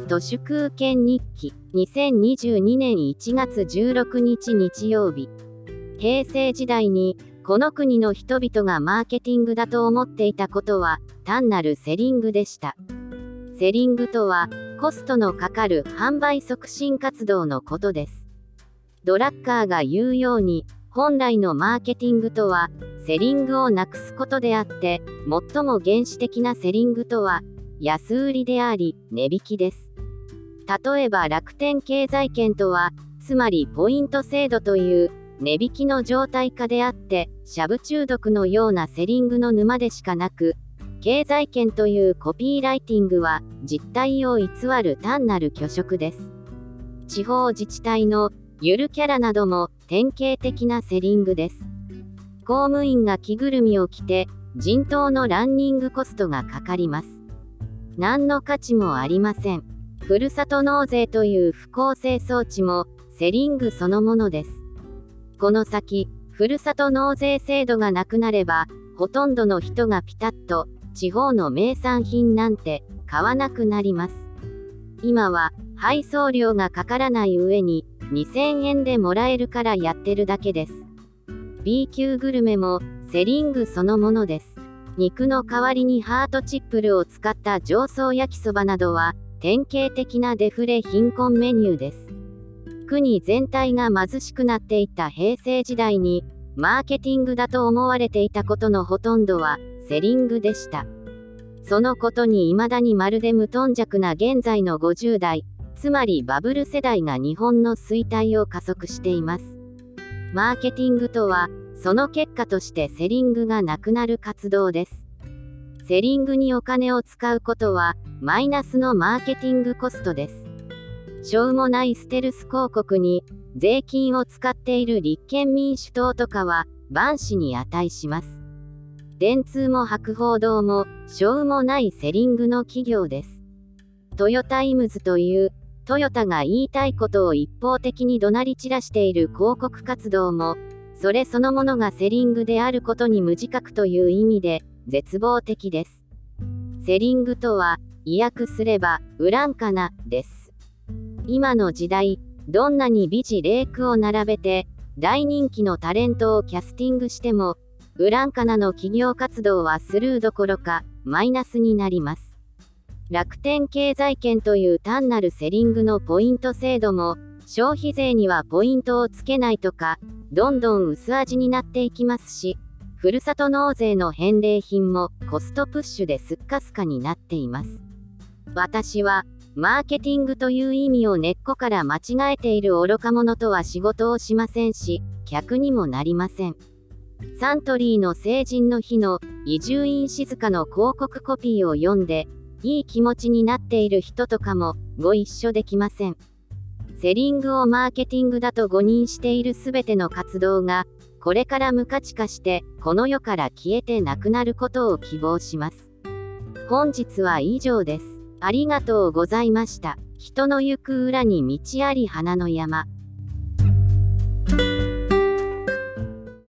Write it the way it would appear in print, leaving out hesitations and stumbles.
都市空間日記2022年1月16日日曜日。平成時代にこの国の人々がマーケティングだと思っていたことは単なるセリングでした。セリングとはコストのかかる販売促進活動のことです。ドラッカーが言うように、本来のマーケティングとはセリングをなくすことであって、最も原始的なセリングとは安売りであり値引きです。例えば楽天経済圏とは、つまりポイント制度という値引きの状態下であって、シャブ中毒のようなセリングの沼でしかなく、経済圏というコピーライティングは実態を偽る単なる虚飾です。地方自治体のゆるキャラなども典型的なセリングです。公務員が着ぐるみを着て人頭のランニングコストがかかります。何の価値もありません。ふるさと納税という不公正装置もセリングそのものです。この先、ふるさと納税制度がなくなれば、ほとんどの人がピタッと地方の名産品なんて買わなくなります。今は配送料がかからない上に2000円でもらえるからやってるだけです。B 級グルメもセリングそのものです。肉の代わりにハートチップルを使った上層焼きそばなどは典型的なデフレ貧困メニューです。国全体が貧しくなっていった平成時代にマーケティングだと思われていたことのほとんどはセリングでした。そのことに未だにまるで無頓着な現在の50代、つまりバブル世代が日本の衰退を加速しています。マーケティングとは、その結果としてセリングがなくなる活動です。セリングにお金を使うことは、マイナスのマーケティングコストです。しょうもないステルス広告に、税金を使っている立憲民主党とかは、万死に値します。電通も博報堂も、しょうもないセリングの企業です。トヨタイムズという、トヨタが言いたいことを一方的に怒鳴り散らしている広告活動も、それそのものがセリングであることに無自覚という意味で、絶望的です。セリングとは、意訳すれば、ウランカナ、です。今の時代、どんなに美辞麗句を並べて、大人気のタレントをキャスティングしても、ウランカナの企業活動はスルーどころか、マイナスになります。楽天経済圏という単なるセリングのポイント制度も、消費税にはポイントをつけないとか、どんどん薄味になっていきますし、ふるさと納税の返礼品もコストプッシュでスッカスカになっています。私は、マーケティングという意味を根っこから間違えている愚か者とは仕事をしませんし、客にもなりません。サントリーの成人の日の伊集院静の広告コピーを読んで、いい気持ちになっている人とかもご一緒できません。セリングをマーケティングだと誤認しているすべての活動が、これから無価値化して、この世から消えてなくなることを希望します。本日は以上です。ありがとうございました。人の行く裏に道あり花の山。